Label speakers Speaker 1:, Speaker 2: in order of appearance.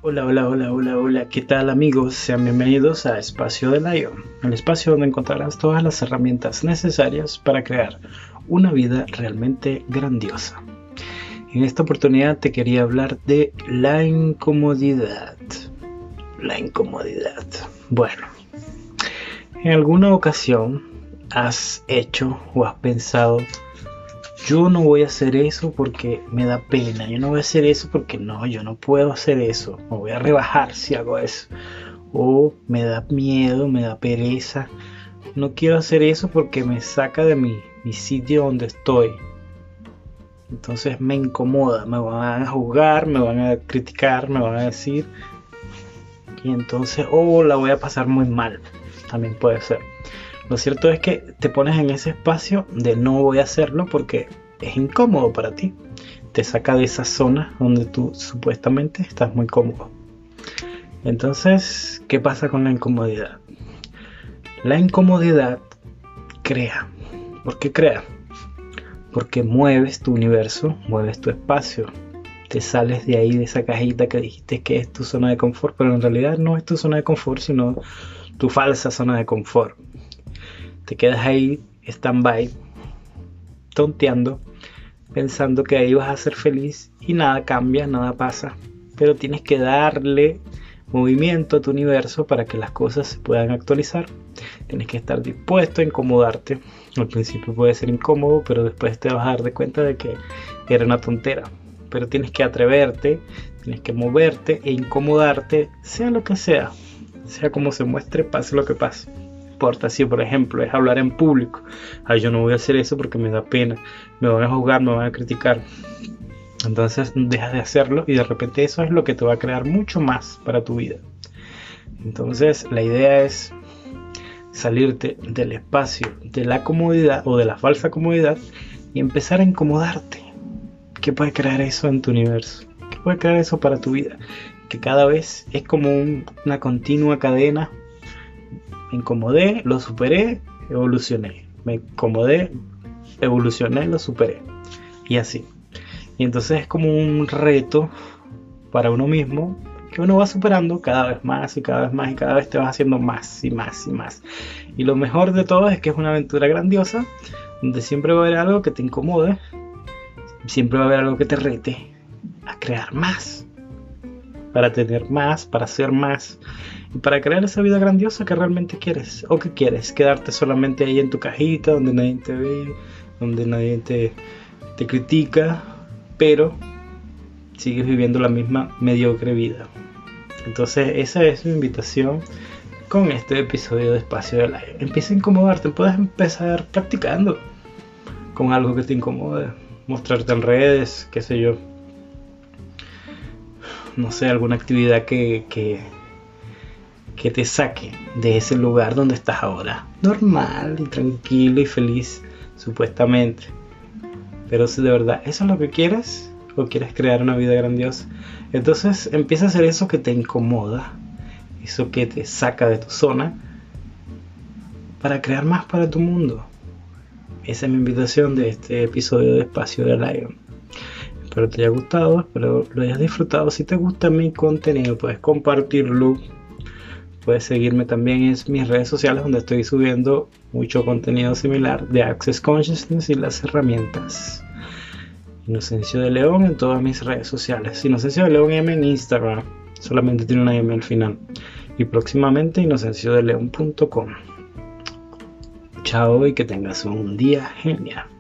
Speaker 1: Hola, hola, hola, hola, hola, ¿qué tal amigos? Sean bienvenidos a Espacio de Lion, el espacio donde encontrarás todas las herramientas necesarias para crear una vida realmente grandiosa. En esta oportunidad te quería hablar de la incomodidad. La incomodidad. Bueno, en alguna ocasión has hecho o has pensado: yo no voy a hacer eso porque me da pena, yo no voy a hacer eso porque no, yo no puedo hacer eso, me voy a rebajar si hago eso, o me da miedo, me da pereza, no quiero hacer eso porque me saca de mi sitio donde estoy, entonces me incomoda, me van a juzgar, me van a criticar, me van a decir, y entonces la voy a pasar muy mal, también puede ser. Lo cierto es que te pones en ese espacio de no voy a hacerlo porque es incómodo para ti. Te saca de esa zona donde tú supuestamente estás muy cómodo. Entonces, ¿qué pasa con la incomodidad? La incomodidad crea. ¿Por qué crea? Porque mueves tu universo, mueves tu espacio. Te sales de ahí, de esa cajita que dijiste que es tu zona de confort, pero en realidad no es tu zona de confort, sino tu falsa zona de confort. Te quedas ahí, stand-by, tonteando, pensando que ahí vas a ser feliz y nada cambia, nada pasa. Pero tienes que darle movimiento a tu universo para que las cosas se puedan actualizar. Tienes que estar dispuesto a incomodarte. Al principio puede ser incómodo, pero después te vas a dar de cuenta de que era una tontera. Pero tienes que atreverte, tienes que moverte e incomodarte, sea lo que sea como se muestre, pase lo que pase. Importa si, por ejemplo, es hablar en público. Yo no voy a hacer eso porque me da pena, me van a juzgar, me van a criticar. Entonces dejas de hacerlo y de repente eso es lo que te va a crear mucho más para tu vida. Entonces la idea es salirte del espacio de la comodidad o de la falsa comodidad y empezar a incomodarte. ¿Qué puede crear eso en tu universo? ¿Qué puede crear eso para tu vida? Que cada vez es como una continua cadena. Me incomodé, lo superé, evolucioné. Me incomodé, evolucioné, lo superé. Y así. Y entonces es como un reto para uno mismo que uno va superando cada vez más y cada vez más y cada vez te vas haciendo más y más y más. Y lo mejor de todo es que es una aventura grandiosa donde siempre va a haber algo que te incomode, siempre va a haber algo que te rete a crear más, para tener más, para hacer más y para crear esa vida grandiosa que realmente quieres. ¿O que quieres? Quedarte solamente ahí en tu cajita donde nadie te ve, donde nadie te critica, pero sigues viviendo la misma mediocre vida. Entonces esa es mi invitación con este episodio de Espacio de Live. Empieza a incomodarte, puedes empezar practicando con algo que te incomode, mostrarte en redes, qué sé yo, no sé, alguna actividad que te saque de ese lugar donde estás ahora, normal y tranquilo y feliz, supuestamente. Pero si de verdad eso es lo que quieres, o quieres crear una vida grandiosa, entonces empieza a hacer eso que te incomoda, eso que te saca de tu zona, para crear más para tu mundo. Esa es mi invitación de este episodio de Espacio de Lion. Espero te haya gustado, espero lo hayas disfrutado. Si te gusta mi contenido, puedes compartirlo. Puedes seguirme también en mis redes sociales, donde estoy subiendo mucho contenido similar de Access Consciousness y las herramientas. Inocencio de León en todas mis redes sociales. Inocencio de León M en Instagram, solamente tiene una M al final. Y próximamente inocenciodeleon.com. Chao y que tengas un día genial.